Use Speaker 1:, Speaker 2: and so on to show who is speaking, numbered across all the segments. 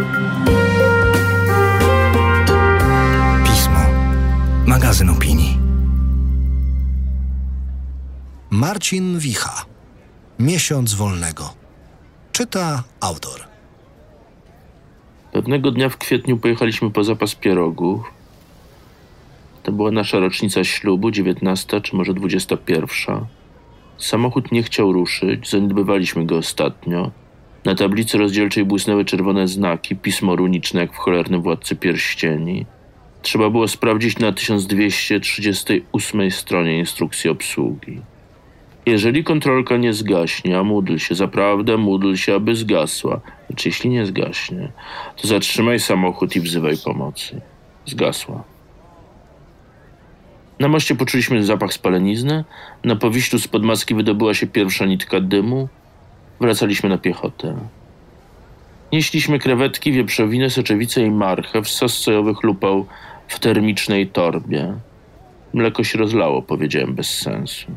Speaker 1: Pismo. Magazyn opinii. Marcin Wicha. Miesiąc wolnego. Czyta autor.
Speaker 2: Pewnego dnia w kwietniu pojechaliśmy po zapas pierogów. To była nasza rocznica ślubu, 19 czy może 21. Samochód nie chciał ruszyć, zaniedbywaliśmy go ostatnio. Na tablicy rozdzielczej błysnęły czerwone znaki, pismo runiczne jak w cholernym Władcy Pierścieni. Trzeba było sprawdzić na 1238 stronie instrukcji obsługi. Jeżeli kontrolka nie zgaśnie, a módl się, zaprawdę módl się, aby zgasła. Lecz jeśli nie zgaśnie, to zatrzymaj samochód i wzywaj pomocy. Zgasła. Na moście poczuliśmy zapach spalenizny, na Powiślu spod maski wydobyła się pierwsza nitka dymu. Wracaliśmy na piechotę. Nieśliśmy krewetki, wieprzowinę, soczewicę i marchew, sos sojowy chlupał w termicznej torbie. Mleko się rozlało, powiedziałem bez sensu.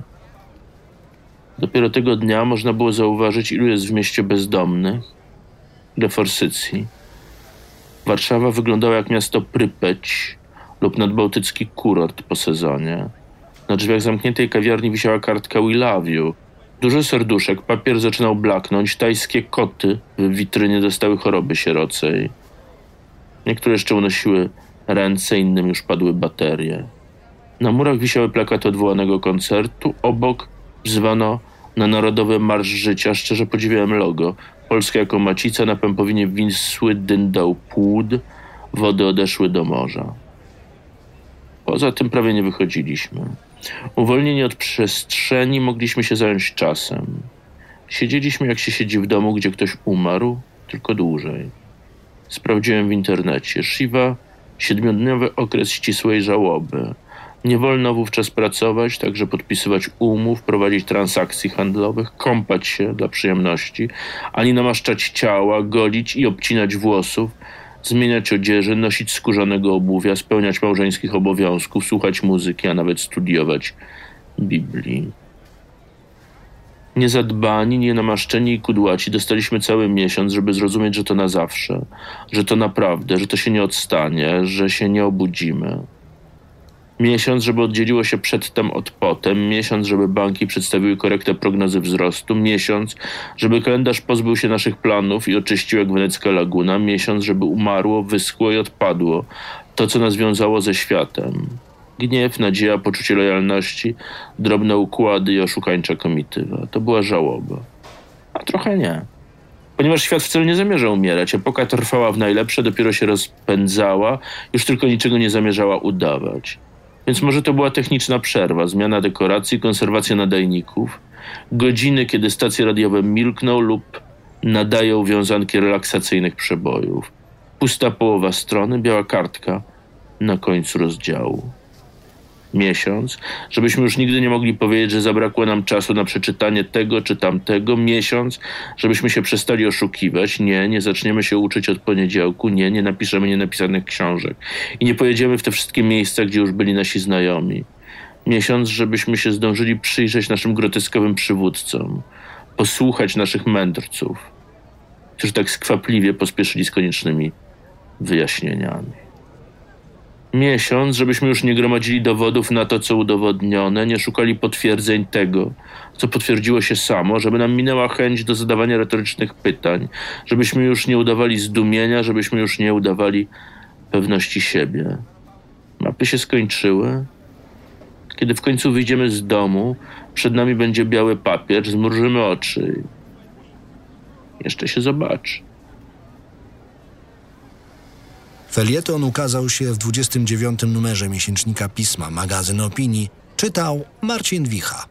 Speaker 2: Dopiero tego dnia można było zauważyć, ilu jest w mieście bezdomnych, ile forsycji. Warszawa wyglądała jak miasto Prypeć lub nadbałtycki kurort po sezonie. Na drzwiach zamkniętej kawiarni wisiała kartka We Love You. Dużo serduszek, papier zaczynał blaknąć, tajskie koty w witrynie dostały choroby sierocej. Niektóre jeszcze unosiły ręce, innym już padły baterie. Na murach wisiały plakaty odwołanego koncertu, obok wzywano na Narodowy Marsz Życia. Szczerze podziwiałem logo. Polska jako macica, na pępowinie Wisły dyndał płód, wody odeszły do morza. Poza tym prawie nie wychodziliśmy. Uwolnieni od przestrzeni mogliśmy się zająć czasem. Siedzieliśmy jak się siedzi w domu, gdzie ktoś umarł, tylko dłużej. Sprawdziłem w internecie. Shiva, 7-dniowy okres ścisłej żałoby. Nie wolno wówczas pracować, także podpisywać umów, prowadzić transakcji handlowych, kąpać się dla przyjemności, ani namaszczać ciała, golić i obcinać włosów, zmieniać odzieży, nosić skórzanego obuwia, spełniać małżeńskich obowiązków, słuchać muzyki, a nawet studiować Biblii. Niezadbani, nienamaszczeni i kudłaci dostaliśmy cały miesiąc, żeby zrozumieć, że to na zawsze, że to naprawdę, że to się nie odstanie, że się nie obudzimy. Miesiąc, żeby oddzieliło się przedtem od potem, miesiąc, żeby banki przedstawiły korektę prognozy wzrostu, miesiąc, żeby kalendarz pozbył się naszych planów i oczyścił jak wenecka laguna, miesiąc, żeby umarło, wyschło i odpadło to, co nas wiązało ze światem. Gniew, nadzieja, poczucie lojalności, drobne układy i oszukańcza komitywa. To była żałoba. A trochę nie. Ponieważ świat wcale nie zamierza umierać, epoka trwała w najlepsze, dopiero się rozpędzała, już tylko niczego nie zamierzała udawać. Więc może to była techniczna przerwa, zmiana dekoracji, konserwacja nadajników, godziny, kiedy stacje radiowe milkną lub nadają wiązanki relaksacyjnych przebojów. Pusta połowa strony, biała kartka na końcu rozdziału. Miesiąc, żebyśmy już nigdy nie mogli powiedzieć, że zabrakło nam czasu na przeczytanie tego czy tamtego. Miesiąc, żebyśmy się przestali oszukiwać. Nie zaczniemy się uczyć od poniedziałku. Nie napiszemy nienapisanych książek. I nie pojedziemy w te wszystkie miejsca, gdzie już byli nasi znajomi. Miesiąc, żebyśmy się zdążyli przyjrzeć naszym groteskowym przywódcom. Posłuchać naszych mędrców, którzy tak skwapliwie pospieszyli z koniecznymi wyjaśnieniami. Miesiąc, żebyśmy już nie gromadzili dowodów na to, co udowodnione, nie szukali potwierdzeń tego, co potwierdziło się samo, żeby nam minęła chęć do zadawania retorycznych pytań, żebyśmy już nie udawali zdumienia, żebyśmy już nie udawali pewności siebie. Mapy się skończyły. Kiedy w końcu wyjdziemy z domu, przed nami będzie biały papier, zmrużymy oczy. Jeszcze się zobaczy.
Speaker 1: Felieton ukazał się w 29. numerze miesięcznika Pisma, magazyn opinii. Czytał Marcin Wicha.